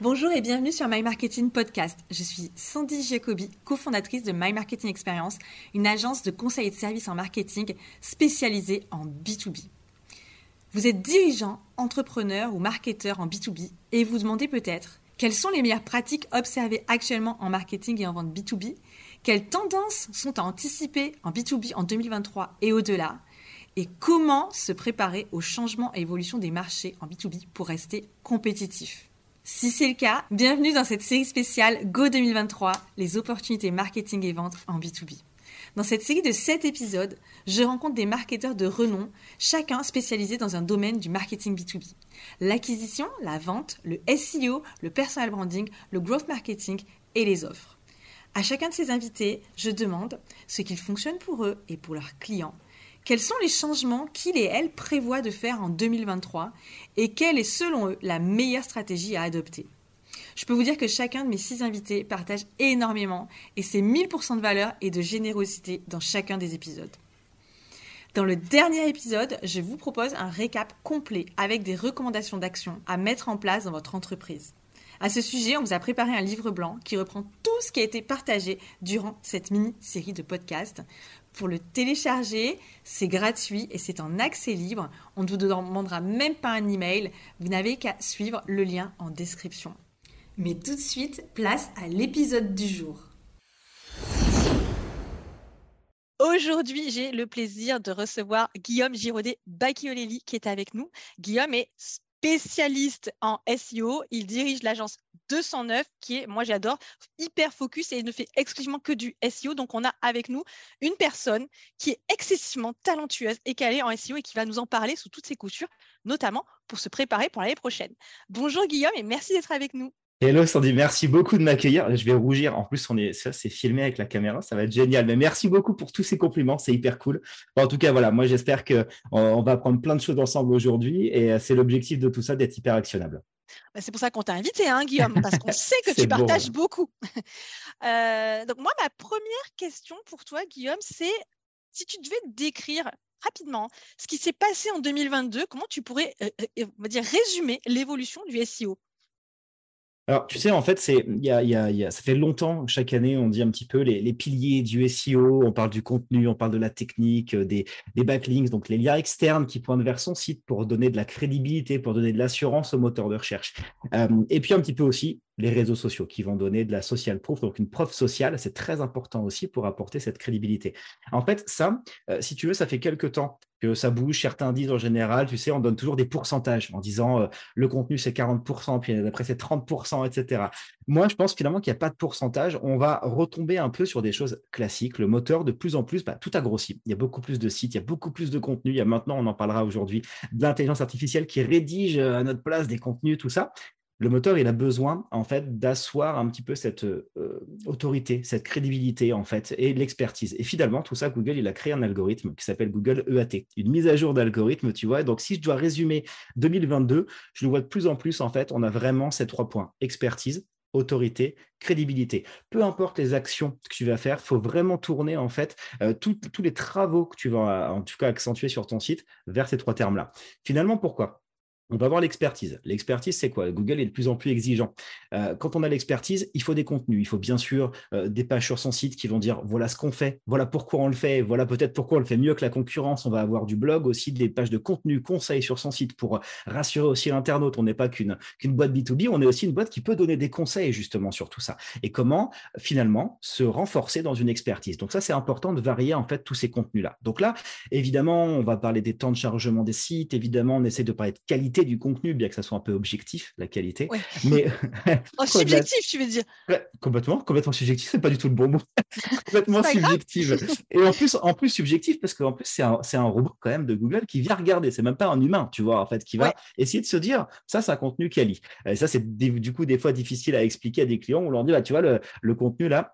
Bonjour et bienvenue sur My Marketing Podcast. Je suis Sandy Jacobi, cofondatrice de My Marketing Experience, une agence de conseil et de services en marketing spécialisée en B2B. Vous êtes dirigeant, entrepreneur ou marketeur en B2B et vous demandez peut-être quelles sont les meilleures pratiques observées actuellement en marketing et en vente B2B, quelles tendances sont à anticiper en B2B en 2023 et au-delà, et comment se préparer aux changements et évolutions des marchés en B2B pour rester compétitif. Si c'est le cas, bienvenue dans cette série spéciale Go 2023, les opportunités marketing et vente en B2B. Dans cette série de 7 épisodes, je rencontre des marketeurs de renom, chacun spécialisé dans un domaine du marketing B2B. L'acquisition, la vente, le SEO, le personal branding, le growth marketing et les offres. À chacun de ces invités, je demande ce qu'il fonctionne pour eux et pour leurs clients. Quels sont les changements qu'ils et elles prévoient de faire en 2023 et quelle est selon eux la meilleure stratégie à adopter. Je peux vous dire que chacun de mes 6 invités partage énormément et c'est 1000% de valeur et de générosité dans chacun des épisodes. Dans le dernier épisode, je vous propose un récap complet avec des recommandations d'action à mettre en place dans votre entreprise. À ce sujet, on vous a préparé un livre blanc qui reprend tout ce qui a été partagé durant cette mini-série de podcasts. Pour le télécharger, c'est gratuit et c'est en accès libre. On ne vous demandera même pas un email. Vous n'avez qu'à suivre le lien en description. Mais tout de suite, place à l'épisode du jour. Aujourd'hui, j'ai le plaisir de recevoir Guillaume Giraudet-Bacchiolelli qui est avec nous. Guillaume est spécialiste en SEO. Il dirige l'agence 209 qui est, moi j'adore, hyper focus et ne fait exclusivement que du SEO. Donc, on a avec nous une personne qui est excessivement talentueuse et calée en SEO et qui va nous en parler sous toutes ses coutures, notamment pour se préparer pour l'année prochaine. Bonjour Guillaume et merci d'être avec nous. Hello Sandy, merci beaucoup de m'accueillir. Je vais rougir. En plus, c'est filmé avec la caméra, ça va être génial. Mais merci beaucoup pour tous ces compliments, c'est hyper cool. En tout cas, voilà, moi j'espère qu'on va apprendre plein de choses ensemble aujourd'hui et c'est l'objectif de tout ça, d'être hyper actionnable. C'est pour ça qu'on t'a invité, Guillaume, parce qu'on sait que tu partages beaucoup. Donc moi, ma première question pour toi, Guillaume, c'est si tu devais décrire rapidement ce qui s'est passé en 2022, comment tu pourrais on va dire, résumer l'évolution du SEO? Alors, tu sais, en fait, ça fait longtemps, chaque année, on dit un petit peu les piliers du SEO, on parle du contenu, on parle de la technique, des backlinks, donc les liens externes qui pointent vers son site pour donner de la crédibilité, pour donner de l'assurance au moteur de recherche. Et puis un petit peu aussi les réseaux sociaux qui vont donner de la social proof, donc une preuve sociale, c'est très important aussi pour apporter cette crédibilité. En fait, ça, si tu veux, ça fait quelques temps que ça bouge. Certains disent en général, tu sais, on donne toujours des pourcentages en disant le contenu c'est 40%, puis après c'est 30%, etc. Moi, je pense finalement qu'il n'y a pas de pourcentage. On va retomber un peu sur des choses classiques. Le moteur, de plus en plus, tout a grossi. Il y a beaucoup plus de sites, il y a beaucoup plus de contenu. Il y a maintenant, on en parlera aujourd'hui, de l'intelligence artificielle qui rédige à notre place des contenus, tout ça. Le moteur, il a besoin en fait d'asseoir un petit peu cette autorité, cette crédibilité en fait et l'expertise. Et finalement, tout ça, Google, il a créé un algorithme qui s'appelle Google EAT, une mise à jour d'algorithme, tu vois. Donc, si je dois résumer 2022, je le vois de plus en plus en fait, on a vraiment ces 3 points: expertise, autorité, crédibilité. Peu importe les actions que tu vas faire, il faut vraiment tourner en fait tous les travaux que tu vas en tout cas accentuer sur ton site vers ces 3 termes-là. Finalement, pourquoi? On va voir l'expertise. L'expertise, c'est quoi? Google est de plus en plus exigeant. Quand on a l'expertise, il faut des contenus. Il faut bien sûr des pages sur son site qui vont dire voilà ce qu'on fait, voilà pourquoi on le fait, voilà peut-être pourquoi on le fait mieux que la concurrence. On va avoir du blog aussi, des pages de contenu, conseils sur son site pour rassurer aussi l'internaute. On n'est pas qu'une boîte B2B, on est aussi une boîte qui peut donner des conseils justement sur tout ça. Et comment finalement se renforcer dans une expertise. Donc ça, c'est important de varier en fait tous ces contenus-là. Donc là, évidemment, on va parler des temps de chargement des sites. Évidemment, on essaie de parler de qualité du contenu, bien que ça soit un peu objectif, la qualité. Ouais. Mais subjectif, tu veux dire? Ouais, complètement subjectif, c'est pas du tout le bon mot. Complètement subjectif. Et en plus subjectif, parce qu'en plus, c'est un robot quand même de Google qui vient regarder. C'est même pas un humain, tu vois, en fait, qui va essayer de se dire, ça, c'est un contenu quali. Et ça, c'est du coup des fois difficile à expliquer à des clients. On leur dit, tu vois, le contenu là,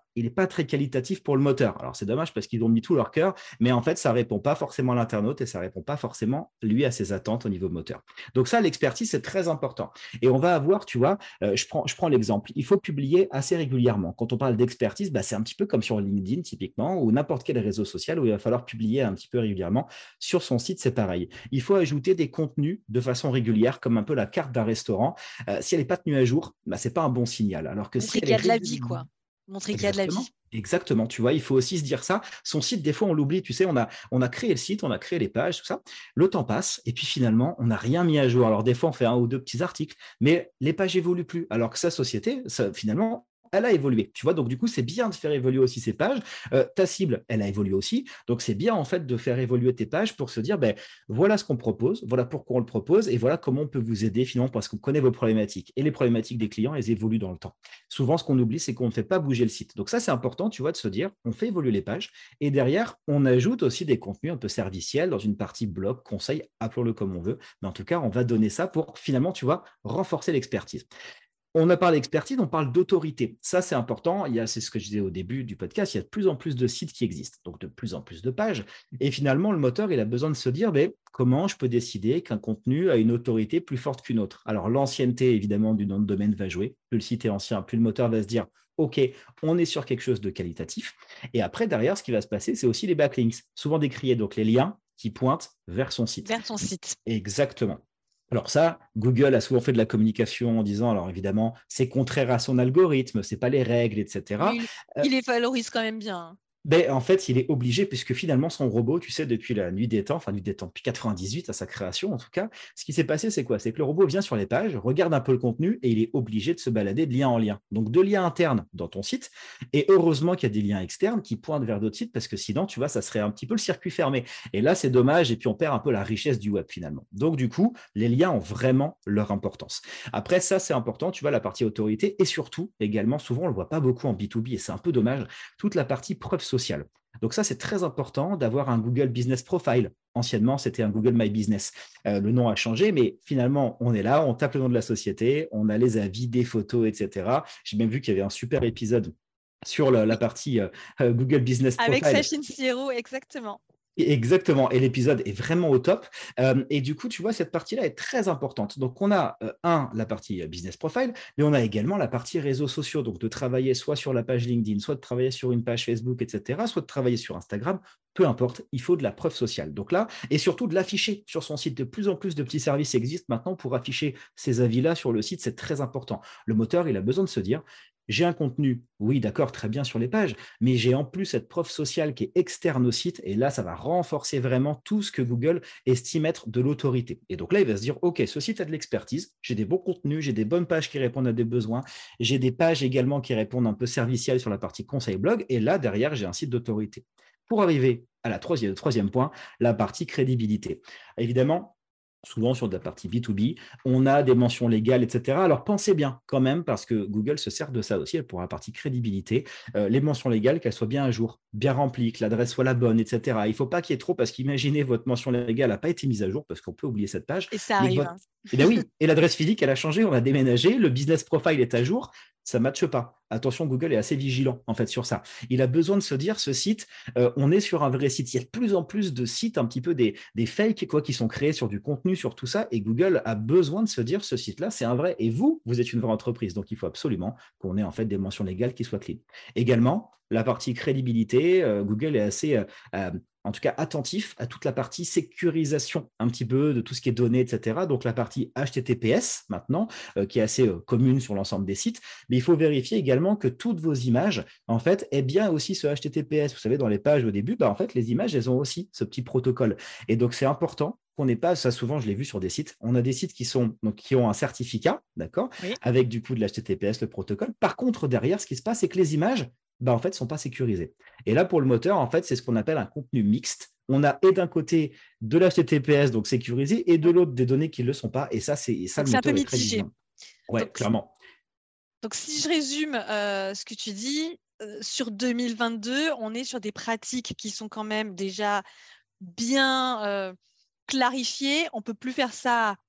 il n'est pas très qualitatif pour le moteur. Alors, c'est dommage parce qu'ils ont mis tout leur cœur, mais en fait, ça ne répond pas forcément à l'internaute et ça ne répond pas forcément, lui, à ses attentes au niveau moteur. Donc ça, l'expertise, c'est très important. Et on va avoir, tu vois, je prends l'exemple, il faut publier assez régulièrement. Quand on parle d'expertise, c'est un petit peu comme sur LinkedIn, typiquement, ou n'importe quel réseau social où il va falloir publier un petit peu régulièrement. Sur son site, c'est pareil. Il faut ajouter des contenus de façon régulière, comme un peu la carte d'un restaurant. Si elle n'est pas tenue à jour, ce n'est pas un bon signal. Alors que si Montrer elle qu'il y est a de la vie, régulièrement… quoi. Montrer qu'il y a de la Exactement. vie. Exactement, tu vois, il faut aussi se dire ça. Son site, des fois, on l'oublie, tu sais, on a créé le site, on a créé les pages, tout ça. Le temps passe et puis finalement, on n'a rien mis à jour. Alors, des fois, on fait un ou deux petits articles, mais les pages évoluent plus. Alors que sa société, finalement, elle a évolué. Tu vois, donc du coup, c'est bien de faire évoluer aussi ces pages. Ta cible, elle a évolué aussi. Donc, c'est bien en fait de faire évoluer tes pages pour se dire, voilà ce qu'on propose, voilà pourquoi on le propose et voilà comment on peut vous aider finalement parce qu'on connaît vos problématiques. Et les problématiques des clients, elles évoluent dans le temps. Souvent, ce qu'on oublie, c'est qu'on ne fait pas bouger le site. Donc ça, c'est important, tu vois, de se dire, on fait évoluer les pages et derrière, on ajoute aussi des contenus un peu serviciels dans une partie blog, conseil, appelons-le comme on veut. Mais en tout cas, on va donner ça pour finalement, tu vois, renforcer l'expertise. On a parlé d'expertise, on parle d'autorité. Ça, c'est important. C'est ce que je disais au début du podcast. Il y a de plus en plus de sites qui existent, donc de plus en plus de pages. Et finalement, le moteur, il a besoin de se dire comment je peux décider qu'un contenu a une autorité plus forte qu'une autre. Alors, l'ancienneté, évidemment, du nom de domaine va jouer. Plus le site est ancien, plus le moteur va se dire OK, on est sur quelque chose de qualitatif. Et après, derrière, ce qui va se passer, c'est aussi les backlinks, souvent décriés, donc les liens qui pointent vers son site. Vers son site. Exactement. Alors ça, Google a souvent fait de la communication en disant, alors évidemment, c'est contraire à son algorithme, c'est pas les règles, etc. Mais il les valorise quand même bien. En fait, il est obligé, puisque finalement, son robot, tu sais, depuis la nuit des temps, depuis 98 à sa création en tout cas, ce qui s'est passé, c'est quoi? C'est que le robot vient sur les pages, regarde un peu le contenu et il est obligé de se balader de lien en lien. Donc, de liens internes dans ton site. Et heureusement qu'il y a des liens externes qui pointent vers d'autres sites, parce que sinon, tu vois, ça serait un petit peu le circuit fermé. Et là, c'est dommage. Et puis, on perd un peu la richesse du web finalement. Donc, du coup, les liens ont vraiment leur importance. Après, ça, c'est important, tu vois, la partie autorité et surtout, également, souvent, on ne le voit pas beaucoup en B2B et c'est un peu dommage, toute la partie preuve sociale. Donc ça, c'est très important d'avoir un Google Business Profile. Anciennement, c'était un Google My Business. Le nom a changé, mais finalement, on est là, on tape le nom de la société, on a les avis, des photos, etc. J'ai même vu qu'il y avait un super épisode sur la partie Google Business Profile. Avec Sachin Sierro, exactement. Exactement, et l'épisode est vraiment au top. Et du coup, tu vois, cette partie-là est très importante. Donc, on a, la partie business profile, mais on a également la partie réseaux sociaux. Donc, de travailler soit sur la page LinkedIn, soit de travailler sur une page Facebook, etc., soit de travailler sur Instagram, peu importe, il faut de la preuve sociale. Donc là, et surtout de l'afficher sur son site. De plus en plus de petits services existent maintenant pour afficher ces avis-là sur le site. C'est très important. Le moteur, il a besoin de se dire, j'ai un contenu, oui, d'accord, très bien sur les pages, mais j'ai en plus cette preuve sociale qui est externe au site, et là, ça va renforcer vraiment tout ce que Google estime être de l'autorité. Et donc là, il va se dire, OK, ce site a de l'expertise, j'ai des bons contenus, j'ai des bonnes pages qui répondent à des besoins, j'ai des pages également qui répondent un peu servicielles sur la partie conseil blog, et là, derrière, j'ai un site d'autorité. Pour arriver à la troisième point, la partie crédibilité. Évidemment, souvent sur de la partie B2B, on a des mentions légales, etc. Alors pensez bien quand même, parce que Google se sert de ça aussi pour la partie crédibilité, les mentions légales, qu'elles soient bien à jour, bien remplies, que l'adresse soit la bonne, etc. Il ne faut pas qu'il y ait trop, parce qu'imaginez votre mention légale n'a pas été mise à jour, parce qu'on peut oublier cette page. Et ça Mais arrive. Eh bien oui, et l'adresse physique, elle a changé, on a déménagé, le business profile est à jour, ça ne matche pas. Attention, Google est assez vigilant en fait sur ça. Il a besoin de se dire, ce site, on est sur un vrai site. Il y a de plus en plus de sites, un petit peu des fakes quoi, qui sont créés sur du contenu, sur tout ça, et Google a besoin de se dire, ce site-là, c'est un vrai. Et vous êtes une vraie entreprise, donc il faut absolument qu'on ait en fait des mentions légales qui soient clean. Également, la partie crédibilité, Google est assez en tout cas attentif à toute la partie sécurisation un petit peu de tout ce qui est données, etc. Donc la partie HTTPS maintenant, qui est assez commune sur l'ensemble des sites, mais il faut vérifier également que toutes vos images, en fait, aient bien aussi ce HTTPS. Vous savez, dans les pages au début, en fait, les images, elles ont aussi ce petit protocole. Et donc c'est important qu'on n'ait pas, ça souvent je l'ai vu sur des sites, on a des sites qui ont un certificat, d'accord, oui. avec du coup de l'HTTPS, le protocole. Par contre, derrière, ce qui se passe, c'est que les images, en fait, ne sont pas sécurisées. Et là, pour le moteur, en fait, c'est ce qu'on appelle un contenu mixte. On a et d'un côté de l'HTTPS, donc sécurisé, et de l'autre des données qui ne le sont pas. Et ça, le moteur est très vigilant. Ouais, clairement. Donc, si je résume ce que tu dis, sur 2022, on est sur des pratiques qui sont quand même déjà bien clarifiées. On ne peut plus faire ça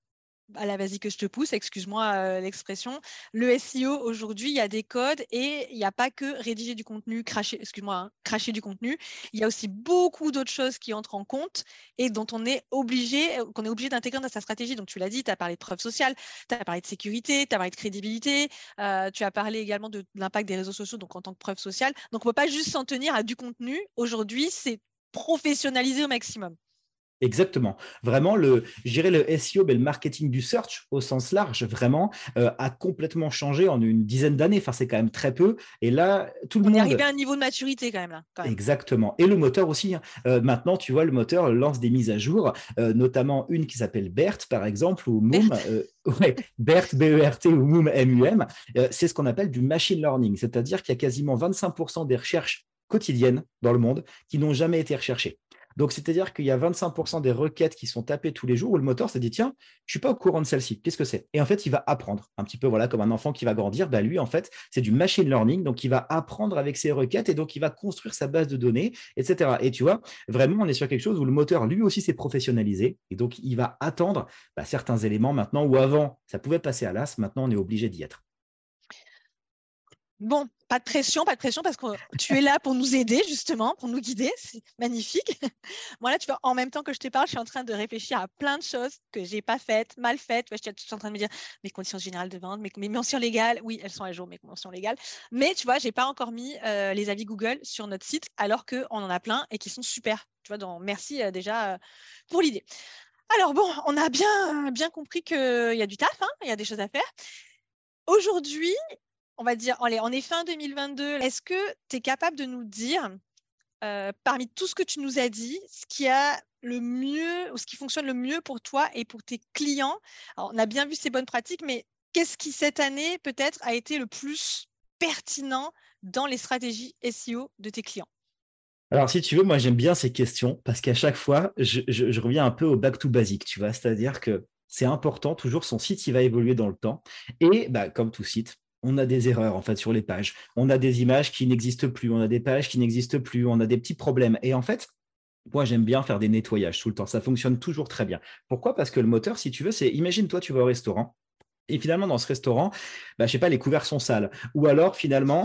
la vas-y que je te pousse, excuse-moi l'expression. Le SEO, aujourd'hui, il y a des codes et il n'y a pas que rédiger du contenu, cracher du contenu. Il y a aussi beaucoup d'autres choses qui entrent en compte et qu'on est obligé d'intégrer dans sa stratégie. Donc, tu l'as dit, tu as parlé de preuve sociale, tu as parlé de sécurité, tu as parlé de crédibilité, tu as parlé également de l'impact des réseaux sociaux, donc en tant que preuve sociale. Donc, on ne peut pas juste s'en tenir à du contenu. Aujourd'hui, c'est professionnalisé au maximum. Exactement. Vraiment, je dirais le SEO, mais le marketing du search au sens large, vraiment, a complètement changé en une dizaine d'années. Enfin, c'est quand même très peu. Et là, tout le On est monde. arrivé à un niveau de maturité quand même là. Exactement. Et le moteur aussi. Maintenant, tu vois, le moteur lance des mises à jour, notamment une qui s'appelle BERT, par exemple, ou Moom. BERT, B-E-R-T ou Moom, M-U-M. C'est ce qu'on appelle du machine learning. C'est-à-dire qu'il y a quasiment 25% des recherches quotidiennes dans le monde qui n'ont jamais été recherchées. Donc, c'est-à-dire qu'il y a 25% des requêtes qui sont tapées tous les jours où le moteur se dit, tiens, je ne suis pas au courant de celle-ci, qu'est-ce que c'est? Et en fait, il va apprendre un petit peu, voilà, comme un enfant qui va grandir. Bah, lui, en fait, c'est du machine learning, donc il va apprendre avec ses requêtes et donc il va construire sa base de données, etc. Et tu vois, vraiment, on est sur quelque chose où le moteur, lui aussi, s'est professionnalisé et donc il va attendre certains éléments maintenant où avant, ça pouvait passer à l'as, maintenant, on est obligé d'y être. Bon, pas de pression parce que tu es là pour nous aider, justement, pour nous guider. C'est magnifique. Moi, là, tu vois, en même temps que je te parle, je suis en train de réfléchir à plein de choses que je n'ai pas faites, mal faites. Je suis en train de me dire mes conditions générales de vente, mes mentions légales. Oui, elles sont à jour, mes mentions légales. Mais tu vois, je n'ai pas encore mis les avis Google sur notre site, alors qu'on en a plein et qui sont super. Tu vois, donc merci déjà pour l'idée. Alors bon, on a bien compris qu'il y a du taf, hein, il y a des choses à faire. Aujourd'hui, on va dire, allez, on est fin 2022. Est-ce que tu es capable de nous dire, parmi tout ce que tu nous as dit, ce qui a le mieux ou ce qui fonctionne le mieux pour toi et pour tes clients? Alors, on a bien vu ces bonnes pratiques, mais qu'est-ce qui, cette année, peut-être, a été le plus pertinent dans les stratégies SEO de tes clients? Alors, si tu veux, moi, j'aime bien ces questions parce qu'à chaque fois, je reviens un peu au back to basic, tu vois, c'est-à-dire que c'est important, toujours, son site, il va évoluer dans le temps. Et comme tout site, on a des erreurs en fait sur les pages. On a des images qui n'existent plus, on a des pages qui n'existent plus, on a des petits problèmes. Et en fait, moi, j'aime bien faire des nettoyages tout le temps. Ça fonctionne toujours très bien. Pourquoi? Parce que le moteur, si tu veux, c'est imagine-toi, tu vas au restaurant. Et finalement, dans ce restaurant, je sais pas, les couverts sont sales. Ou alors, finalement,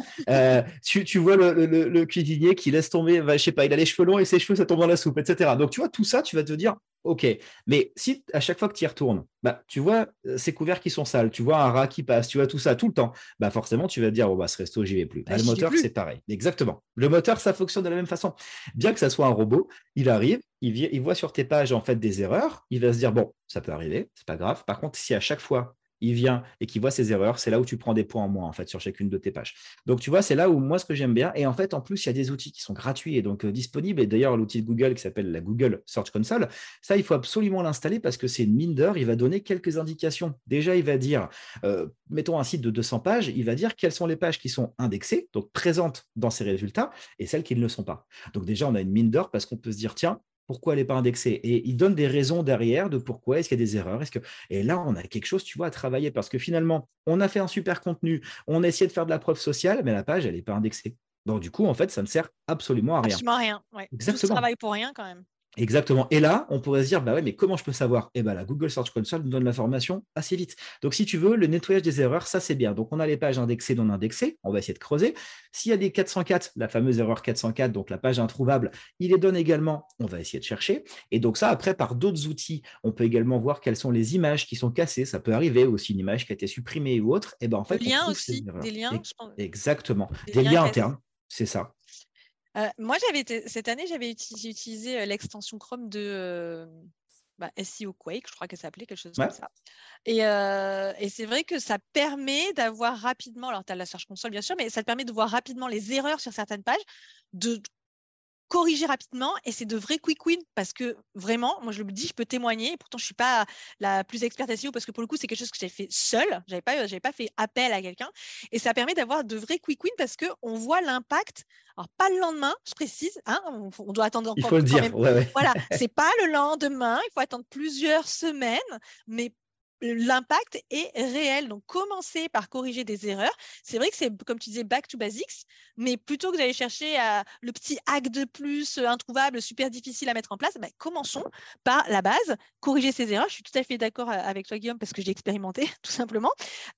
tu vois le cuisinier qui laisse tomber, je sais pas, il a les cheveux longs et ses cheveux, ça tombe dans la soupe, etc. Donc, tu vois, tout ça, tu vas te dire, OK. Mais si à chaque fois que tu y retournes, tu vois ces couverts qui sont sales, tu vois un rat qui passe, tu vois tout ça tout le temps, forcément, tu vas te dire, ce resto, j'y vais plus. Le moteur, c'est pareil. Exactement. Le moteur, ça fonctionne de la même façon. Bien que ça soit un robot, il arrive, il voit sur tes pages, en fait, des erreurs, il va se dire, bon, ça peut arriver, c'est pas grave. Par contre, si à chaque fois, il vient et qu'il voit ses erreurs, c'est là où tu prends des points en moins en fait sur chacune de tes pages. Donc tu vois, c'est là où moi ce que j'aime bien. Et en fait, en plus, il y a des outils qui sont gratuits et donc disponibles. Et d'ailleurs, l'outil de Google qui s'appelle la Google Search Console, ça, il faut absolument l'installer parce que c'est une mine d'or. Il va donner quelques indications. Déjà, il va dire, mettons un site de 200 pages, il va dire quelles sont les pages qui sont indexées, donc présentes dans ses résultats, et celles qui ne le sont pas. Donc déjà, on a une mine d'or parce qu'on peut se dire, tiens, pourquoi elle n'est pas indexée? Et il donne des raisons derrière de pourquoi, est-ce qu'il y a des erreurs, et là, on a quelque chose, tu vois, à travailler parce que finalement, on a fait un super contenu, on a essayé de faire de la preuve sociale, mais la page, elle n'est pas indexée. Donc, du coup, en fait, ça ne sert absolument à rien. Absolument rien. Ouais. Exactement. Tout ce travail pour rien quand même. Exactement. Et là, on pourrait se dire, mais comment je peux savoir? La Google Search Console nous donne l'information assez vite. Donc, si tu veux, le nettoyage des erreurs, ça, c'est bien. Donc, on a les pages indexées, non indexées. On va essayer de creuser. S'il y a des 404, la fameuse erreur 404, donc la page introuvable, il les donne également. On va essayer de chercher. Et donc, ça, après, par d'autres outils, on peut également voir quelles sont les images qui sont cassées. Ça peut arriver aussi une image qui a été supprimée ou autre. Et en fait, des liens on trouve aussi. ces erreurs. Des liens. Exactement. Des liens internes. C'est ça. Moi, cette année, j'ai utilisé l'extension Chrome de SEO Quake, je crois qu'elle s'appelait, quelque chose comme ça. Et c'est vrai que ça permet d'avoir rapidement, alors tu as la Search Console bien sûr, mais ça te permet de voir rapidement les erreurs sur certaines pages, de corriger rapidement, et c'est de vrais quick wins parce que vraiment, moi je le dis, je peux témoigner, et pourtant je ne suis pas la plus experte SEO parce que pour le coup c'est quelque chose que j'ai fait seule, je n'avais pas fait appel à quelqu'un, et ça permet d'avoir de vrais quick wins parce qu'on voit l'impact, alors pas le lendemain, je précise, hein, on doit attendre encore. Il faut le dire, même. ouais. Voilà, c'est pas le lendemain, il faut attendre plusieurs semaines, mais l'impact est réel. Donc, commencez par corriger des erreurs. C'est vrai que c'est, comme tu disais, back to basics, mais plutôt que d'aller chercher le petit hack de plus introuvable, super difficile à mettre en place, commençons par la base, corriger ces erreurs. Je suis tout à fait d'accord avec toi, Guillaume, parce que j'ai expérimenté, tout simplement.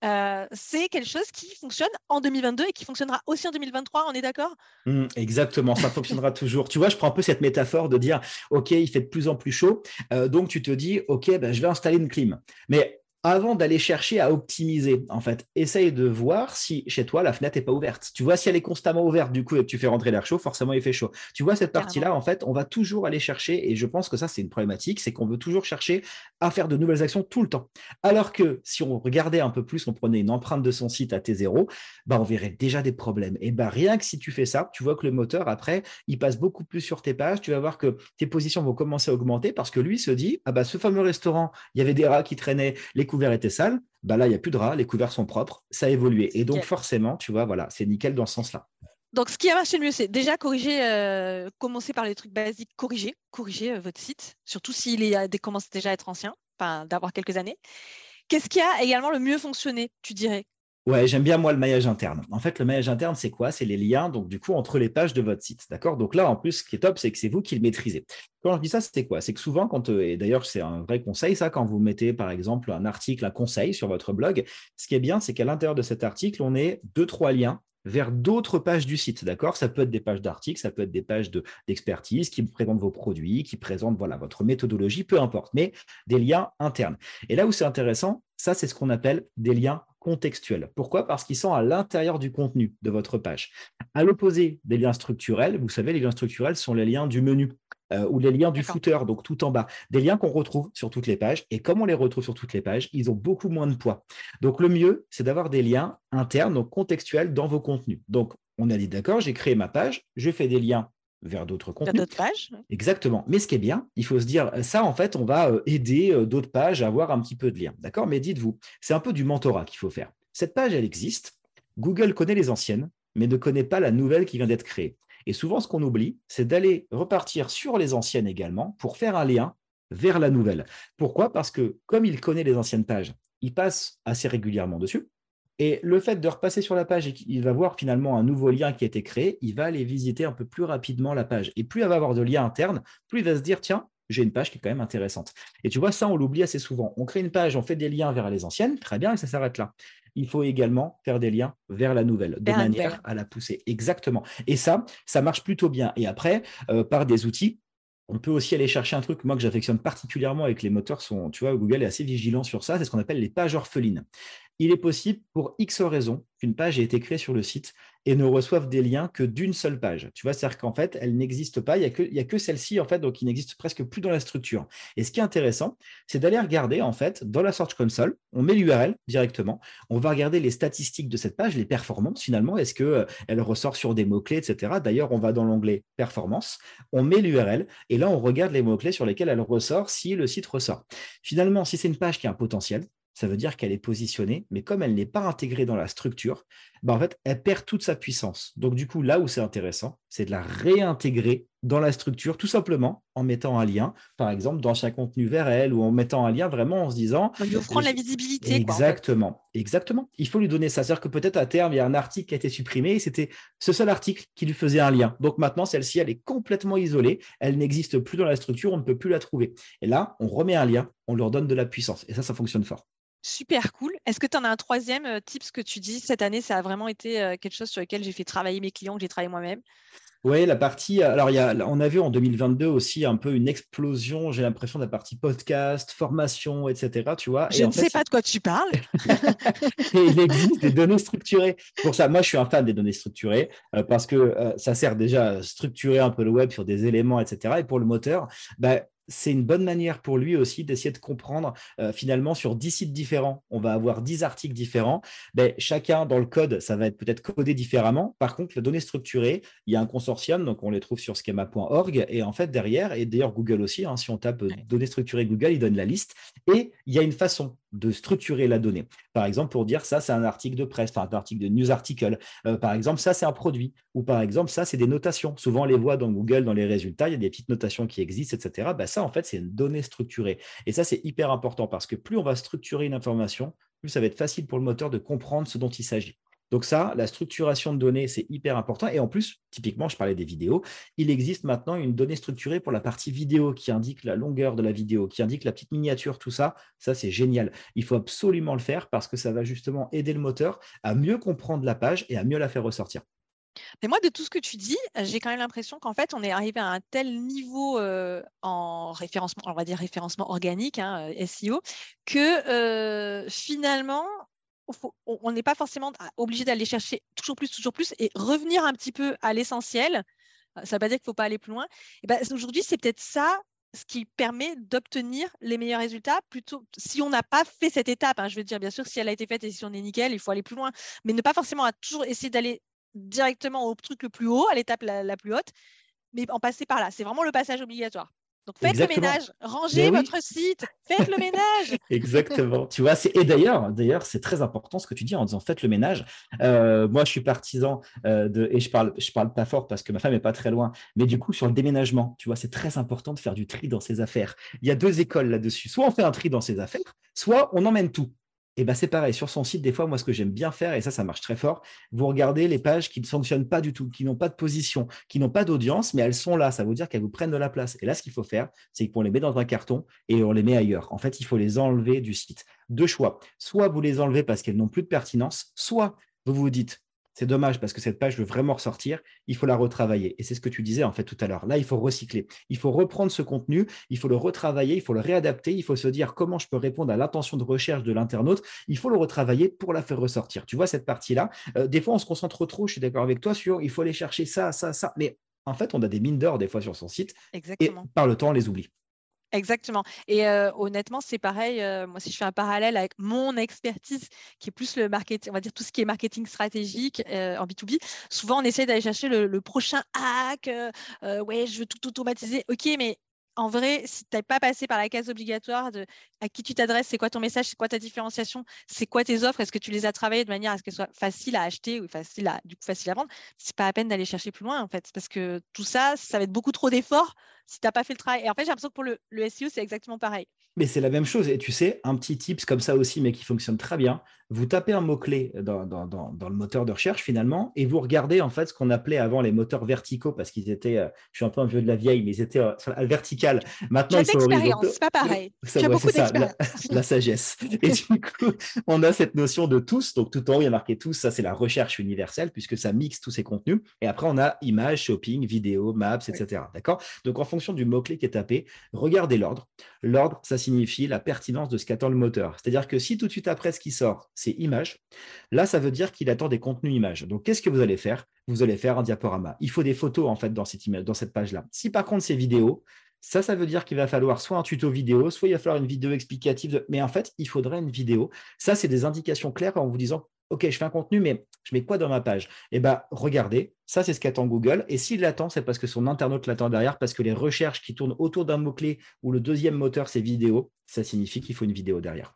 C'est quelque chose qui fonctionne en 2022 et qui fonctionnera aussi en 2023, on est d'accord? Exactement, ça fonctionnera toujours. Tu vois, je prends un peu cette métaphore de dire, OK, il fait de plus en plus chaud, donc tu te dis, OK, je vais installer une clim. Mais avant d'aller chercher à optimiser, en fait, essaye de voir si chez toi, la fenêtre n'est pas ouverte. Tu vois, si elle est constamment ouverte, du coup, et que tu fais rentrer l'air chaud, forcément, il fait chaud. Tu vois, cette partie-là, en fait, on va toujours aller chercher, et je pense que ça, c'est une problématique, c'est qu'on veut toujours chercher à faire de nouvelles actions tout le temps. Alors que si on regardait un peu plus, on prenait une empreinte de son site à T0, on verrait déjà des problèmes. Et rien que si tu fais ça, tu vois que le moteur, après, il passe beaucoup plus sur tes pages. Tu vas voir que tes positions vont commencer à augmenter parce que lui se dit, ce fameux restaurant, il y avait des rats qui traînaient, les couverts étaient sales. Là, il n'y a plus de rats, les couverts sont propres, ça a évolué. Et donc, forcément, tu vois, voilà, c'est nickel dans ce sens-là. Donc, ce qui a marché le mieux, c'est déjà corriger, commencer par les trucs basiques, corriger votre site, surtout s'il commence déjà à être ancien, d'avoir quelques années. Qu'est-ce qui a également le mieux fonctionné, tu dirais? Ouais, j'aime bien moi le maillage interne. En fait, le maillage interne, c'est quoi? C'est les liens, donc du coup, entre les pages de votre site. D'accord? Donc là, en plus, ce qui est top, c'est que c'est vous qui le maîtrisez. Quand je dis ça, c'est quoi? C'est que souvent, et d'ailleurs, c'est un vrai conseil, ça, quand vous mettez, par exemple, un article, un conseil sur votre blog, ce qui est bien, c'est qu'à l'intérieur de cet article, on ait 2-3 liens vers d'autres pages du site, d'accord? Ça peut être des pages d'articles, ça peut être des pages d'expertise qui présentent vos produits, qui présentent votre méthodologie, peu importe, mais des liens internes. Et là où c'est intéressant, ça, c'est ce qu'on appelle des liens contextuels. Pourquoi? Parce qu'ils sont à l'intérieur du contenu de votre page. À l'opposé des liens structurels, vous savez, les liens structurels sont les liens du menu. Ou les liens du footer, donc tout en bas. Des liens qu'on retrouve sur toutes les pages. Et comme on les retrouve sur toutes les pages, ils ont beaucoup moins de poids. Donc, le mieux, c'est d'avoir des liens internes, donc contextuels dans vos contenus. Donc, on a dit, d'accord, j'ai créé ma page, je fais des liens vers d'autres contenus. Vers d'autres pages. Exactement. Mais ce qui est bien, il faut se dire, ça, en fait, on va aider d'autres pages à avoir un petit peu de liens. D'accord? Mais dites-vous, c'est un peu du mentorat qu'il faut faire. Cette page, elle existe. Google connaît les anciennes, mais ne connaît pas la nouvelle qui vient d'être créée. Et souvent, ce qu'on oublie, c'est d'aller repartir sur les anciennes également pour faire un lien vers la nouvelle. Pourquoi? Parce que comme il connaît les anciennes pages, il passe assez régulièrement dessus. Et le fait de repasser sur la page et qu'il va voir finalement un nouveau lien qui a été créé, il va aller visiter un peu plus rapidement la page. Et plus elle va avoir de liens internes, plus il va se dire, tiens, j'ai une page qui est quand même intéressante. Et tu vois, ça, on l'oublie assez souvent. On crée une page, on fait des liens vers les anciennes, très bien, et ça s'arrête là. Il faut également faire des liens vers la nouvelle, de manière à la pousser. Exactement. Et ça marche plutôt bien. Et après, par des outils, on peut aussi aller chercher un truc, moi, que j'affectionne particulièrement avec les moteurs, tu vois, Google est assez vigilant sur ça, c'est ce qu'on appelle les pages orphelines. Il est possible, pour X raisons, qu'une page ait été créée sur le site et ne reçoive des liens que d'une seule page. Tu vois, c'est-à-dire qu'en fait, elle n'existe pas, il n'y a que celle-ci, en fait, donc il n'existe presque plus dans la structure. Et ce qui est intéressant, c'est d'aller regarder, en fait, dans la Search Console, on met l'URL directement, on va regarder les statistiques de cette page, les performances, finalement, est-ce qu'elle ressort sur des mots-clés, etc. D'ailleurs, on va dans l'onglet Performance, on met l'URL, et là, on regarde les mots-clés sur lesquels elle ressort, si le site ressort. Finalement, si c'est une page qui a un potentiel, ça veut dire qu'elle est positionnée, mais comme elle n'est pas intégrée dans la structure, en fait, elle perd toute sa puissance. Donc, du coup, là où c'est intéressant, c'est de la réintégrer dans la structure, tout simplement en mettant un lien, par exemple, d'ancien contenu vers elle, ou en mettant un lien vraiment en se disant… Donc, il faut prendre la visibilité. Exactement, quoi, en fait. exactement. Il faut lui donner ça. C'est-à-dire que peut-être à terme, il y a un article qui a été supprimé et c'était ce seul article qui lui faisait un lien. Donc maintenant, celle-ci, elle est complètement isolée. Elle n'existe plus dans la structure, on ne peut plus la trouver. Et là, on remet un lien, on leur donne de la puissance. Et ça fonctionne fort. Super cool. Est-ce que tu en as un troisième tips que tu dis cette année, ça a vraiment été quelque chose sur lequel j'ai fait travailler mes clients, que j'ai travaillé moi-même? Oui, la partie. Alors, on a vu en 2022 aussi un peu une explosion, j'ai l'impression, de la partie podcast, formation, etc. Tu vois. Je ne sais pas de quoi tu parles. Et il existe des données structurées. Pour ça, moi, je suis un fan des données structurées parce que ça sert déjà à structurer un peu le web sur des éléments, etc. Et pour le moteur, c'est une bonne manière pour lui aussi d'essayer de comprendre finalement sur 10 sites différents, on va avoir 10 articles différents. Chacun dans le code, ça va être peut-être codé différemment. Par contre, les données structurées, il y a un consortium, donc on les trouve sur schema.org. Et en fait, derrière, et d'ailleurs Google aussi, si on tape données structurées Google, il donne la liste. Et il y a une façon de structurer la donnée. Par exemple, pour dire ça, c'est un article de presse, enfin un article de news article. Par exemple, ça, c'est un produit. Ou par exemple, ça, c'est des notations. Souvent, on les voit dans Google, dans les résultats, il y a des petites notations qui existent, etc. Bah, ça, en fait, c'est une donnée structurée. Et ça, c'est hyper important parce que plus on va structurer une information, plus ça va être facile pour le moteur de comprendre ce dont il s'agit. Donc ça, la structuration de données, c'est hyper important. Et en plus, typiquement, je parlais des vidéos, il existe maintenant une donnée structurée pour la partie vidéo qui indique la longueur de la vidéo, qui indique la petite miniature, tout ça. Ça, c'est génial. Il faut absolument le faire parce que ça va justement aider le moteur à mieux comprendre la page et à mieux la faire ressortir. Mais moi, de tout ce que tu dis, j'ai quand même l'impression qu'en fait, on est arrivé à un tel niveau en référencement, on va dire référencement organique, hein, SEO, que finalement, on n'est pas forcément obligé d'aller chercher toujours plus et revenir un petit peu à l'essentiel. Ça ne veut pas dire qu'il ne faut pas aller plus loin. Et ben, aujourd'hui, c'est peut-être ça ce qui permet d'obtenir les meilleurs résultats, plutôt si on n'a pas fait cette étape. Hein, je veux dire, bien sûr, si elle a été faite et si on est nickel, il faut aller plus loin. Mais ne pas forcément à toujours essayer d'aller directement au truc le plus haut, à l'étape la plus haute, mais en passer par là. C'est vraiment le passage obligatoire. Donc faites le Exactement. ménage, rangez Mais oui, votre site, faites le ménage. exactement. Tu vois, et d'ailleurs, c'est très important ce que tu dis en disant faites le ménage. Moi, je suis partisan et je parle pas fort parce que ma femme est pas très loin, mais du coup, sur le déménagement, tu vois, c'est très important de faire du tri dans ses affaires. Il y a deux écoles là-dessus. Soit on fait un tri dans ses affaires, soit on emmène tout. Et ben c'est pareil, sur son site, des fois, moi, ce que j'aime bien faire, et ça marche très fort, vous regardez les pages qui ne fonctionnent pas du tout, qui n'ont pas de position, qui n'ont pas d'audience, mais elles sont là. Ça veut dire qu'elles vous prennent de la place. Et là, ce qu'il faut faire, c'est qu'on les met dans un carton et on les met ailleurs. En fait, il faut les enlever du site. Deux choix. Soit vous les enlevez parce qu'elles n'ont plus de pertinence, soit vous vous dites, c'est dommage parce que cette page veut vraiment ressortir, il faut la retravailler. Et c'est ce que tu disais en fait tout à l'heure. Là, il faut recycler. Il faut reprendre ce contenu, il faut le retravailler, il faut le réadapter, il faut se dire comment je peux répondre à l'intention de recherche de l'internaute. Il faut le retravailler pour la faire ressortir. Tu vois, cette partie-là, des fois, on se concentre trop, je suis d'accord avec toi, sur il faut aller chercher ça, ça, ça. Mais en fait, on a des mines d'or des fois sur son site et Exactement. par le temps, on les oublie. Exactement. Et honnêtement, c'est pareil. Moi, si je fais un parallèle avec mon expertise, qui est plus le marketing, on va dire tout ce qui est marketing stratégique en B2B, souvent on essaie d'aller chercher le prochain hack. Ouais, je veux tout automatiser. Ok, mais en vrai, si tu n'es pas passé par la case obligatoire de à qui tu t'adresses, c'est quoi ton message, c'est quoi ta différenciation, c'est quoi tes offres, est-ce que tu les as travaillées de manière à ce qu'elles soient faciles à acheter ou facile à vendre, c'est pas à peine d'aller chercher plus loin en fait, parce que tout ça, ça va être beaucoup trop d'efforts si tu n'as pas fait le travail. Et en fait, j'ai l'impression que pour le SEO, c'est exactement pareil. Mais c'est la même chose. Et tu sais, un petit tips comme ça aussi, mais qui fonctionne très bien. Vous tapez un mot-clé dans le moteur de recherche finalement, et vous regardez en fait ce qu'on appelait avant les moteurs verticaux, parce qu'ils étaient, je suis un peu un vieux de la vieille, mais ils étaient sur la verticale. Tu Maintenant, as ils de sont l'expérience, horizontaux. c'est pas pareil. Ça, Tu as ouais, c'est beaucoup ça, d'expérience. la sagesse. Et du coup, on a cette notion de tous. Donc, tout en haut, il y a marqué tous. Ça, c'est la recherche universelle, puisque ça mixe tous ces contenus. Et après, on a images, shopping, vidéo, maps, Oui. etc. D'accord? Donc, en fonction du mot-clé qui est tapé, regardez l'ordre. L'ordre, ça signifie la pertinence de ce qu'attend le moteur. C'est-à-dire que si tout de suite après ce qui sort, c'est image, là, ça veut dire qu'il attend des contenus images. Donc, qu'est-ce que vous allez faire? Vous allez faire un diaporama. Il faut des photos, en fait, dans cette page-là. Si par contre, c'est vidéo, ça veut dire qu'il va falloir soit un tuto vidéo, soit il va falloir une vidéo explicative. Mais en fait, il faudrait une vidéo. Ça, c'est des indications claires en vous disant, OK, je fais un contenu, mais je mets quoi dans ma page? Eh bien, regardez, ça, c'est ce qu'attend Google. Et s'il l'attend, c'est parce que son internaute l'attend derrière, parce que les recherches qui tournent autour d'un mot-clé où le deuxième moteur, c'est vidéo, ça signifie qu'il faut une vidéo derrière.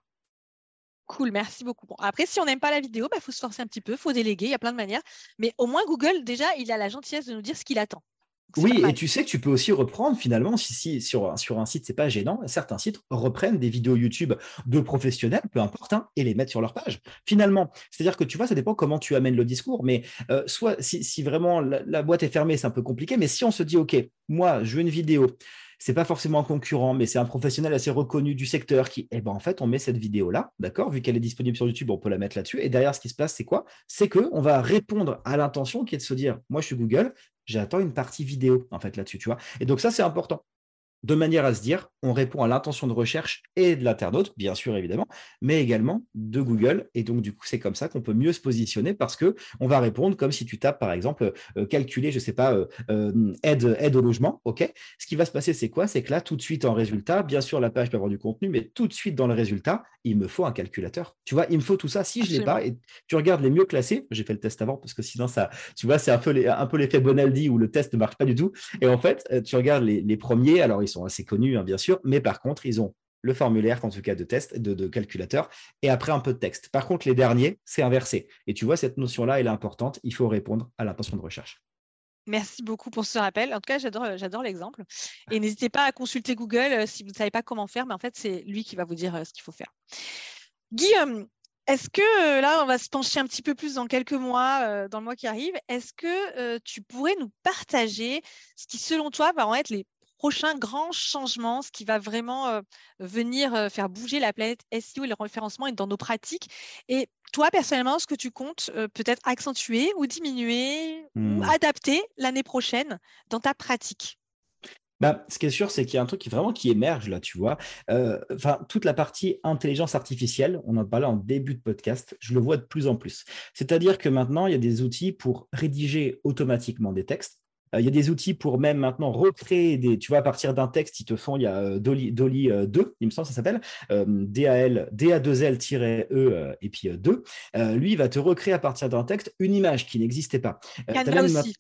Cool, merci beaucoup. Bon, après, si on n'aime pas la vidéo, il faut se forcer un petit peu, il faut déléguer, il y a plein de manières. Mais au moins, Google, déjà, il a la gentillesse de nous dire ce qu'il attend. Donc, c'est pas Oui, et mal. tu sais que tu peux aussi reprendre finalement, si sur un site, c'est pas gênant, certains sites reprennent des vidéos YouTube de professionnels, peu importe, hein, et les mettent sur leur page. Finalement, c'est-à-dire que tu vois, ça dépend comment tu amènes le discours, mais soit si vraiment la boîte est fermée, c'est un peu compliqué, mais si on se dit, OK, moi, je veux une vidéo, c'est pas forcément un concurrent, mais c'est un professionnel assez reconnu du secteur qui, eh ben, en fait, on met cette vidéo-là, d'accord? Vu qu'elle est disponible sur YouTube, on peut la mettre là-dessus. Et derrière, ce qui se passe, c'est quoi? C'est qu'on va répondre à l'intention qui est de se dire, moi, je suis Google, j'attends une partie vidéo, en fait, là-dessus, tu vois. Et donc, ça, c'est important de manière à se dire, on répond à l'intention de recherche et de l'internaute, bien sûr, évidemment, mais également de Google. Et donc, du coup, c'est comme ça qu'on peut mieux se positionner parce que on va répondre comme si tu tapes, par exemple, calculer, je sais pas, aide au logement. OK. Ce qui va se passer, c'est quoi? C'est que là, tout de suite, en résultat, bien sûr, la page peut avoir du contenu, mais tout de suite, dans le résultat, il me faut un calculateur. Tu vois, il me faut tout ça. Si je l'ai Absolument. pas, et tu regardes les mieux classés, j'ai fait le test avant parce que sinon, ça, tu vois, c'est un peu l'effet Bonaldi où le test ne marche pas du tout. Et en fait, tu regardes les premiers, alors ils sont assez connus, hein, bien sûr, mais par contre, ils ont le formulaire, en tout cas de test, de calculateur, et après un peu de texte. Par contre, les derniers, c'est inversé. Et tu vois, cette notion-là, elle est importante. Il faut répondre à l'intention de recherche. Merci beaucoup pour ce rappel. En tout cas, j'adore l'exemple. Et n'hésitez pas à consulter Google si vous ne savez pas comment faire, mais en fait, c'est lui qui va vous dire ce qu'il faut faire. Guillaume, est-ce que là, on va se pencher un petit peu plus dans quelques mois, dans le mois qui arrive. Est-ce que tu pourrais nous partager ce qui, selon toi, va en être les prochains grands changements, ce qui va vraiment venir faire bouger la planète SEO et le référencement et dans nos pratiques? Et toi, personnellement, ce que tu comptes peut-être accentuer ou diminuer ou adapter l'année prochaine dans ta pratique? Bah, ce qui est sûr, c'est qu'il y a un truc qui émerge là, tu vois. Toute la partie intelligence artificielle, on en parlait en début de podcast, je le vois de plus en plus. C'est-à-dire que maintenant, il y a des outils pour rédiger automatiquement des textes. Il y a des outils pour même maintenant recréer tu vois, à partir d'un texte, il y a Dolly 2, il me semble, ça s'appelle, DA2L-E et puis 2. Lui, il va te recréer à partir d'un texte une image qui n'existait pas. Canva aussi.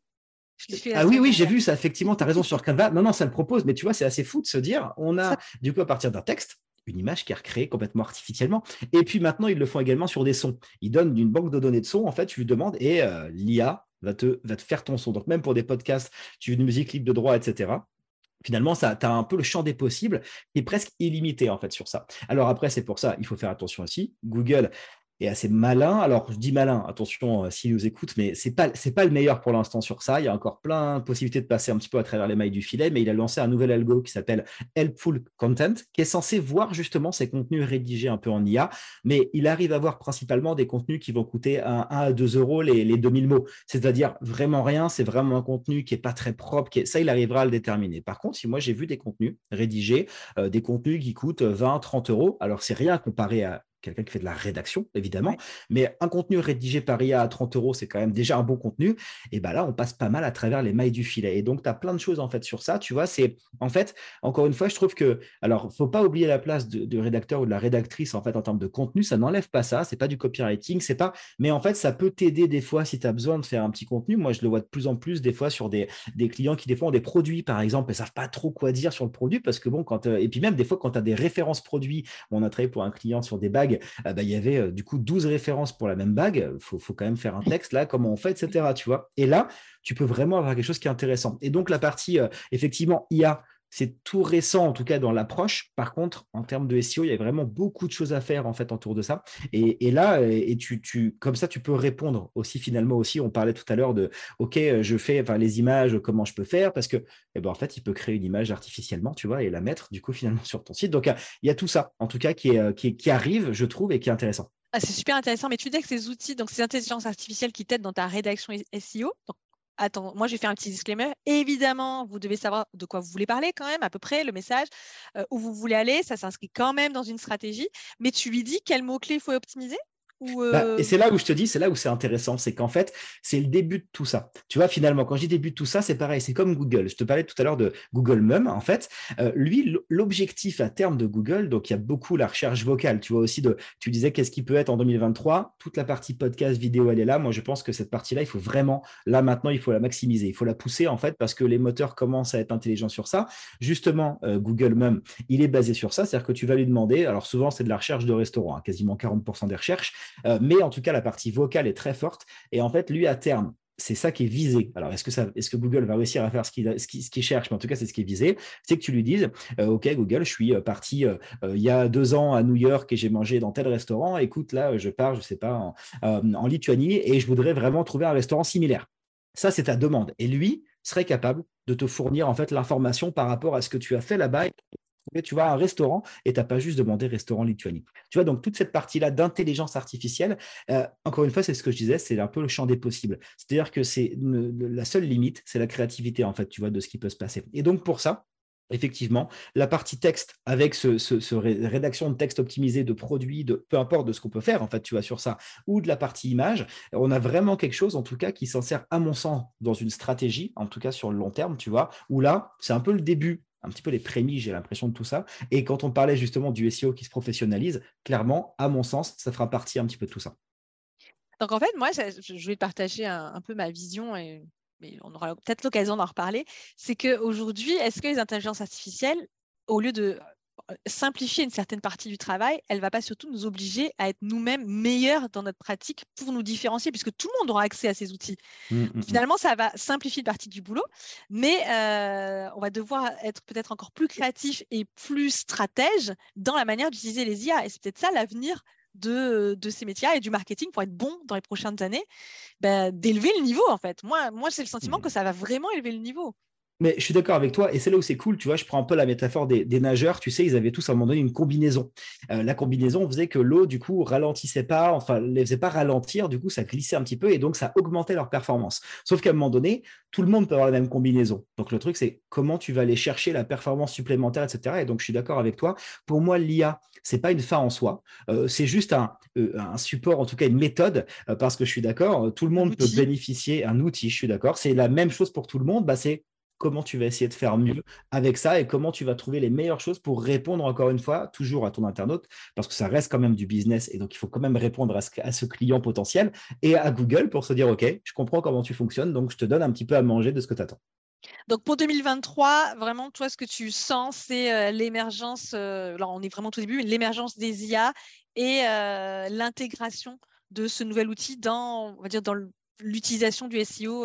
Ah oui, j'ai vu ça, effectivement, tu as raison sur Canva. Non, ça le propose, mais tu vois, c'est assez fou de se dire, on a du coup à partir d'un texte, une image qui est recréée complètement artificiellement. Et puis maintenant, ils le font également sur des sons. Ils donnent une banque de données de sons, en fait, tu lui demandes et l'IA va te faire ton son. Donc même pour des podcasts, tu veux une musique libre de droit, etc. Finalement, tu as un peu le champ des possibles qui est presque illimité en fait sur ça. Alors après, c'est pour ça, il faut faire attention aussi. Google est assez malin. Alors, je dis malin, attention s'il nous écoute, mais c'est pas le meilleur pour l'instant sur ça. Il y a encore plein de possibilités de passer un petit peu à travers les mailles du filet, mais il a lancé un nouvel algo qui s'appelle Helpful Content, qui est censé voir justement ces contenus rédigés un peu en IA, mais il arrive à voir principalement des contenus qui vont coûter 1 à 2 euros les 2000 mots. C'est-à-dire vraiment rien, c'est vraiment un contenu qui n'est pas très propre. Ça, il arrivera à le déterminer. Par contre, si moi j'ai vu des contenus rédigés, des contenus qui coûtent 20, 30 euros, alors c'est rien comparé à quelqu'un qui fait de la rédaction, évidemment, mais un contenu rédigé par IA à 30 euros, c'est quand même déjà un bon contenu. Et bien là, on passe pas mal à travers les mailles du filet. Et donc, tu as plein de choses en fait sur ça. Tu vois, c'est en fait, encore une fois, je trouve que, alors, il ne faut pas oublier la place de rédacteur ou de la rédactrice en fait en termes de contenu. Ça n'enlève pas ça. C'est pas du copywriting, c'est pas. Mais en fait, ça peut t'aider des fois si tu as besoin de faire un petit contenu. Moi, je le vois de plus en plus des fois sur des clients qui des fois ont des produits, par exemple, et ne savent pas trop quoi dire sur le produit parce que bon, et puis même des fois quand tu as des références produits, on a travaillé pour un client sur des bagues. Il y avait du coup 12 références pour la même bague. Il faut quand même faire un texte là, comment on fait, etc. Tu vois. Et là, tu peux vraiment avoir quelque chose qui est intéressant. Et donc, la partie, effectivement, IA, c'est tout récent, en tout cas dans l'approche. Par contre, en termes de SEO, il y a vraiment beaucoup de choses à faire en fait autour de ça. Et là, comme ça, tu peux répondre aussi finalement aussi. On parlait tout à l'heure de, OK, je fais les images, comment je peux faire? Parce que, en fait, il peut créer une image artificiellement, tu vois, et la mettre du coup finalement sur ton site. Donc, il y a tout ça, en tout cas, qui arrive, je trouve, et qui est intéressant. Ah, c'est super intéressant, mais tu dis que ces outils, donc ces intelligences artificielles qui t'aident dans ta rédaction SEO, donc attends, moi, j'ai fait un petit disclaimer. Évidemment, vous devez savoir de quoi vous voulez parler quand même, à peu près, le message, où vous voulez aller. Ça s'inscrit quand même dans une stratégie. Mais tu lui dis quels mots-clés il faut optimiser ou Et c'est là où je te dis, c'est là où c'est intéressant, c'est qu'en fait, c'est le début de tout ça. Tu vois, finalement, quand je dis début de tout ça, c'est pareil, c'est comme Google. Je te parlais tout à l'heure de Google Mum, en fait. Lui, l'objectif à terme de Google, donc il y a beaucoup la recherche vocale. Tu vois aussi, tu disais qu'est-ce qui peut être en 2023. Toute la partie podcast, vidéo, elle est là. Moi, je pense que cette partie-là, il faut vraiment, là maintenant, il faut la maximiser. Il faut la pousser, en fait, parce que les moteurs commencent à être intelligents sur ça. Justement, Google Mum, il est basé sur ça. C'est-à-dire que tu vas lui demander, alors souvent, c'est de la recherche de restaurants, hein, quasiment 40% des recherches. Mais en tout cas, la partie vocale est très forte. Et en fait, lui, à terme, c'est ça qui est visé. Alors, est-ce que Google va réussir à faire ce qu'il cherche? Mais en tout cas, c'est ce qui est visé. C'est que tu lui dises, OK, Google, je suis parti il y a 2 ans à New York et j'ai mangé dans tel restaurant. Écoute, là, je pars, je ne sais pas, en Lituanie et je voudrais vraiment trouver un restaurant similaire. Ça, c'est ta demande. Et lui serait capable de te fournir en fait l'information par rapport à ce que tu as fait là-bas. Tu vas à un restaurant et tu n'as pas juste demandé restaurant Lituanie. Tu vois, donc toute cette partie-là d'intelligence artificielle, encore une fois, c'est ce que je disais, c'est un peu le champ des possibles. C'est-à-dire que la seule limite, c'est la créativité, en fait, tu vois, de ce qui peut se passer. Et donc, pour ça, effectivement, la partie texte avec rédaction de texte optimisé de produits, peu importe de ce qu'on peut faire, en fait, tu vois, sur ça, ou de la partie image, on a vraiment quelque chose, en tout cas, qui s'en sert, à mon sens, dans une stratégie, en tout cas sur le long terme, tu vois, où là, c'est un peu le début, un petit peu les prémices, j'ai l'impression de tout ça. Et quand on parlait justement du SEO qui se professionnalise, clairement, à mon sens, ça fera partie un petit peu de tout ça. Donc, en fait, moi, je vais te partager un peu ma vision, mais on aura peut-être l'occasion d'en reparler. C'est qu'aujourd'hui, est-ce que les intelligences artificielles, au lieu de simplifier une certaine partie du travail, elle ne va pas surtout nous obliger à être nous-mêmes meilleurs dans notre pratique pour nous différencier, puisque tout le monde aura accès à ces outils. Finalement, ça va simplifier une partie du boulot, mais on va devoir être peut-être encore plus créatif et plus stratège dans la manière d'utiliser les IA. Et c'est peut-être ça l'avenir de ces métiers et du marketing pour être bon dans les prochaines années, d'élever le niveau en fait. Moi c'est le sentiment que ça va vraiment élever le niveau. Mais je suis d'accord avec toi, et c'est là où c'est cool, tu vois, je prends un peu la métaphore des nageurs, tu sais, ils avaient tous à un moment donné une combinaison. La combinaison faisait que l'eau, du coup, ralentissait pas, enfin, les faisait pas ralentir, du coup, ça glissait un petit peu, et donc ça augmentait leur performance. Sauf qu'à un moment donné, tout le monde peut avoir la même combinaison. Donc le truc, c'est comment tu vas aller chercher la performance supplémentaire, etc. Et donc je suis d'accord avec toi. Pour moi, l'IA, c'est pas une fin en soi, c'est juste un support, en tout cas une méthode, parce que je suis d'accord, tout le monde peut bénéficier un outil, je suis d'accord. C'est la même chose pour tout le monde, c'est comment tu vas essayer de faire mieux avec ça et comment tu vas trouver les meilleures choses pour répondre encore une fois, toujours à ton internaute, parce que ça reste quand même du business et donc il faut quand même répondre à ce client potentiel et à Google pour se dire, OK, je comprends comment tu fonctionnes, donc je te donne un petit peu à manger de ce que tu attends. Donc pour 2023, vraiment, toi, ce que tu sens, c'est l'émergence, alors on est vraiment au tout début, l'émergence des IA et l'intégration de ce nouvel outil dans, on va dire, dans l'utilisation du SEO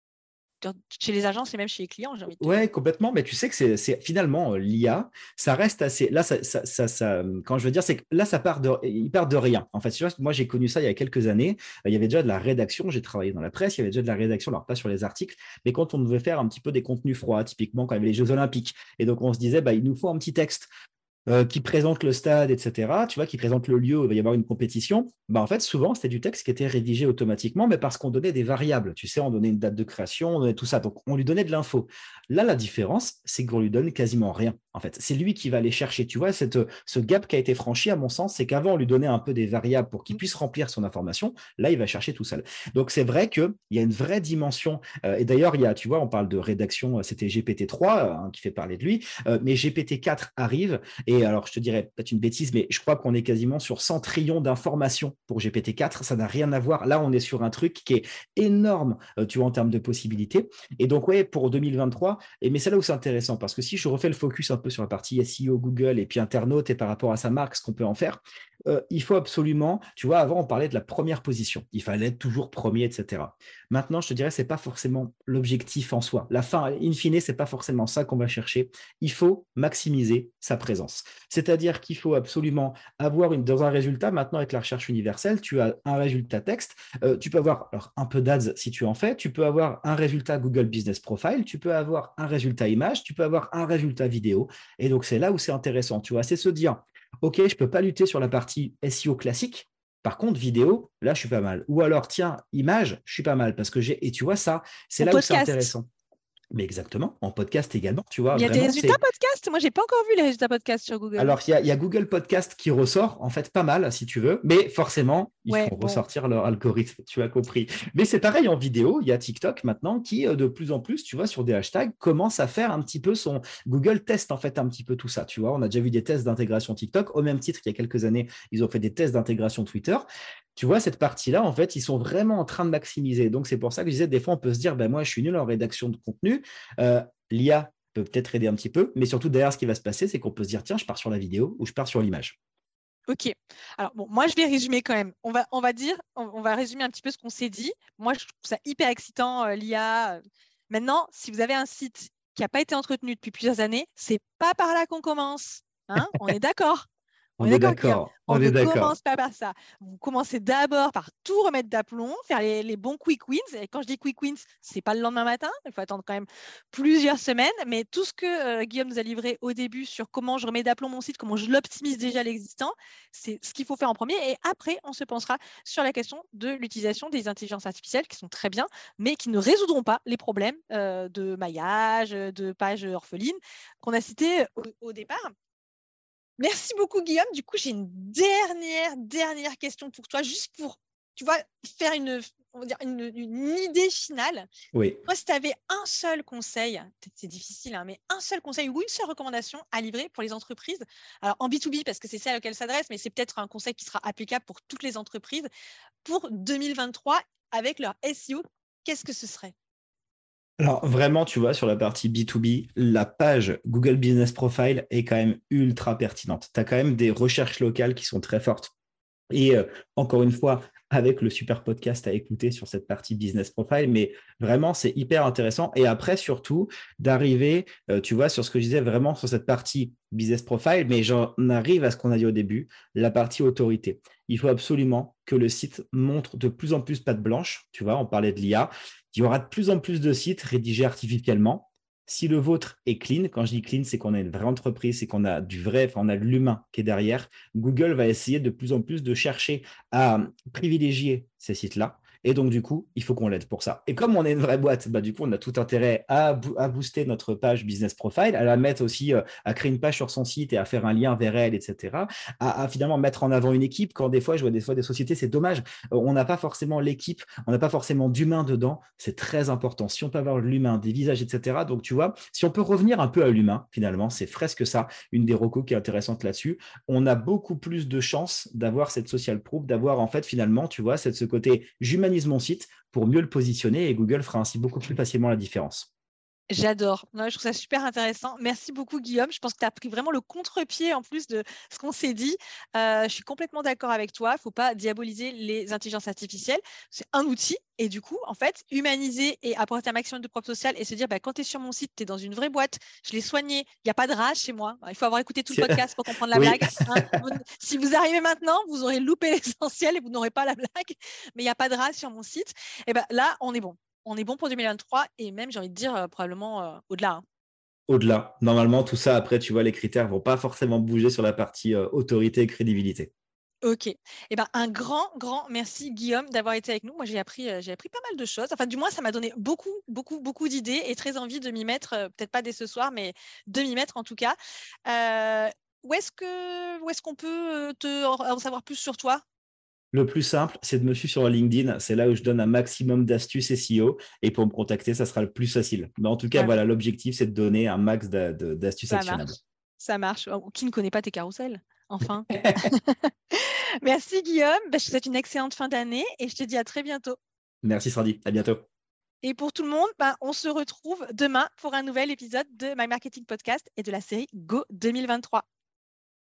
chez les agences et même chez les clients, j'ai envie de te dire. Ouais, complètement. Mais tu sais que c'est finalement l'IA, ça reste assez. Là, quand je veux dire, c'est que là, il part de rien. En fait, tu vois, moi, j'ai connu ça il y a quelques années. Il y avait déjà de la rédaction. J'ai travaillé dans la presse. Il y avait déjà de la rédaction, alors pas sur les articles, mais quand on devait faire un petit peu des contenus froids, typiquement quand il y avait les Jeux Olympiques. Et donc, on se disait, il nous faut un petit texte qui présente le stade, etc., tu vois, qui présente le lieu où il va y avoir une compétition, en fait, souvent, c'était du texte qui était rédigé automatiquement, mais parce qu'on donnait des variables, tu sais, on donnait une date de création, on donnait tout ça, donc on lui donnait de l'info. Là, la différence, c'est qu'on lui donne quasiment rien, en fait. C'est lui qui va aller chercher, tu vois, ce gap qui a été franchi, à mon sens, c'est qu'avant, on lui donnait un peu des variables pour qu'il puisse remplir son information, là, il va chercher tout seul. Donc, c'est vrai qu'il y a une vraie dimension, et d'ailleurs, tu vois, on parle de rédaction, c'était GPT-3 qui fait parler de lui, mais GPT-4 arrive, et alors, je te dirais peut-être une bêtise, mais je crois qu'on est quasiment sur 100 trillions d'informations pour GPT-4. Ça n'a rien à voir. Là, on est sur un truc qui est énorme, tu vois, en termes de possibilités. Et donc, ouais, pour 2023, mais c'est là où c'est intéressant, parce que si je refais le focus un peu sur la partie SEO, Google, et puis internaute, et par rapport à sa marque, ce qu'on peut en faire, il faut absolument, tu vois, avant, on parlait de la première position. Il fallait être toujours premier, etc. Maintenant, je te dirais, ce n'est pas forcément l'objectif en soi. La fin, in fine, ce n'est pas forcément ça qu'on va chercher. Il faut maximiser sa présence. C'est-à-dire qu'il faut absolument avoir dans un résultat, maintenant avec la recherche universelle, tu as un résultat texte, tu peux avoir alors, un peu d'ads si tu en fais, tu peux avoir un résultat Google Business Profile, tu peux avoir un résultat image, tu peux avoir un résultat vidéo. Et donc, c'est là où c'est intéressant, tu vois, c'est se dire, OK, je ne peux pas lutter sur la partie SEO classique. Par contre, vidéo, là, je suis pas mal. Ou alors, tiens, image, je suis pas mal parce que et tu vois ça, c'est là où c'est intéressant. Mais exactement, en podcast également, tu vois. Il y a des résultats podcast? Moi, je n'ai pas encore vu les résultats podcast sur Google. Alors, il y a Google Podcast qui ressort, en fait, pas mal, si tu veux, mais forcément, ils font ressortir leur algorithme, tu as compris. Mais c'est pareil en vidéo, il y a TikTok maintenant qui, de plus en plus, tu vois, sur des hashtags, commence à faire un petit peu son… Google teste, en fait, un petit peu tout ça, tu vois. On a déjà vu des tests d'intégration TikTok, au même titre qu'il y a quelques années, ils ont fait des tests d'intégration Twitter. Tu vois, cette partie-là, en fait, ils sont vraiment en train de maximiser. Donc, c'est pour ça que je disais, des fois, on peut se dire, moi, je suis nul en rédaction de contenu. L'IA peut peut-être aider un petit peu, mais surtout, derrière, ce qui va se passer, c'est qu'on peut se dire, tiens, je pars sur la vidéo ou je pars sur l'image. Ok. Alors, bon, moi, je vais résumer quand même. On va résumer un petit peu ce qu'on s'est dit. Moi, je trouve ça hyper excitant, l'IA. Maintenant, si vous avez un site qui n'a pas été entretenu depuis plusieurs années, c'est pas par là qu'on commence. Hein, on est d'accord? On est d'accord, Guillaume. On ne commence pas par ça. Vous commencez d'abord par tout remettre d'aplomb, faire les bons quick wins. Et quand je dis quick wins, ce n'est pas le lendemain matin. Il faut attendre quand même plusieurs semaines. Mais tout ce que Guillaume nous a livré au début sur comment je remets d'aplomb mon site, comment je l'optimise déjà l'existant, c'est ce qu'il faut faire en premier. Et après, on se pensera sur la question de l'utilisation des intelligences artificielles qui sont très bien, mais qui ne résoudront pas les problèmes de maillage, de pages orphelines qu'on a cités au départ. Merci beaucoup, Guillaume. Du coup, j'ai une dernière question pour toi, juste pour, tu vois, faire une idée finale. Oui. Toi, si tu avais un seul conseil, peut-être c'est difficile, hein, mais un seul conseil ou une seule recommandation à livrer pour les entreprises, alors en B2B, parce que c'est ça auquel s'adresse, mais c'est peut-être un conseil qui sera applicable pour toutes les entreprises, pour 2023 avec leur SEO, qu'est-ce que ce serait ? Alors vraiment, tu vois, sur la partie B2B, la page Google Business Profile est quand même ultra pertinente. Tu as quand même des recherches locales qui sont très fortes. Et encore une fois, avec le super podcast à écouter sur cette partie business profile, mais vraiment, c'est hyper intéressant. Et après, surtout, d'arriver, tu vois, sur ce que je disais, vraiment sur cette partie business profile, mais j'en arrive à ce qu'on a dit au début, la partie autorité. Il faut absolument que le site montre de plus en plus patte blanche. Tu vois, on parlait de l'IA. Il y aura de plus en plus de sites rédigés artificiellement. Si le vôtre est clean, quand je dis clean, c'est qu'on a une vraie entreprise, c'est qu'on a du vrai, enfin, on a de l'humain qui est derrière. Google va essayer de plus en plus de chercher à privilégier ces sites-là. Et donc, du coup, il faut qu'on l'aide pour ça. Et comme on est une vraie boîte, bah, du coup, on a tout intérêt à booster notre page business profile, à la mettre aussi, à créer une page sur son site et à faire un lien vers elle, etc. À finalement mettre en avant une équipe. Quand des fois, je vois des fois des sociétés, c'est dommage. On n'a pas forcément l'équipe, on n'a pas forcément d'humain dedans. C'est très important. Si on peut avoir de l'humain, des visages, etc. Donc, tu vois, si on peut revenir un peu à l'humain, finalement, c'est presque ça, une des recos qui est intéressante là-dessus. On a beaucoup plus de chances d'avoir cette social proof, d'avoir en fait finalement, tu vois, ce côté j'humanise mon site pour mieux le positionner et Google fera ainsi beaucoup plus facilement la différence. J'adore. Non, je trouve ça super intéressant. Merci beaucoup, Guillaume. Je pense que tu as pris vraiment le contre-pied en plus de ce qu'on s'est dit. Je suis complètement d'accord avec toi. Il ne faut pas diaboliser les intelligences artificielles. C'est un outil. Et du coup, en fait, humaniser et apporter un maximum de preuves sociales et se dire, bah, quand tu es sur mon site, tu es dans une vraie boîte, je l'ai soigné, il n'y a pas de rage chez moi. Il faut avoir écouté tout le podcast pour comprendre la Oui. blague. Hein. Si vous arrivez maintenant, vous aurez loupé l'essentiel et vous n'aurez pas la blague. Mais il n'y a pas de rage sur mon site. Et ben là, on est bon. On est bon pour 2023 et même, j'ai envie de dire, probablement au-delà. Hein. Au-delà, normalement, tout ça, après, tu vois, les critères vont pas forcément bouger sur la partie autorité et crédibilité. Ok. Eh ben, un grand merci, Guillaume, d'avoir été avec nous. Moi, j'ai appris pas mal de choses. Enfin, du moins, ça m'a donné beaucoup d'idées et très envie de m'y mettre, peut-être pas dès ce soir, mais de m'y mettre en tout cas. Euh, où est-ce qu'on peut en savoir plus sur toi? Le plus simple, c'est de me suivre sur LinkedIn. C'est là où je donne un maximum d'astuces SEO. Et pour me contacter, ça sera le plus facile. Mais en tout cas, Voilà, voilà, l'objectif, c'est de donner un max d'astuces ça actionnables. marche. Ça marche. Oh, qui ne connaît pas tes carousels? Enfin. Merci, Guillaume. Ben, je te souhaite une excellente fin d'année et je te dis à très bientôt. Merci, Sandy. À bientôt. Et pour tout le monde, ben, on se retrouve demain pour un nouvel épisode de My Marketing Podcast et de la série Go 2023.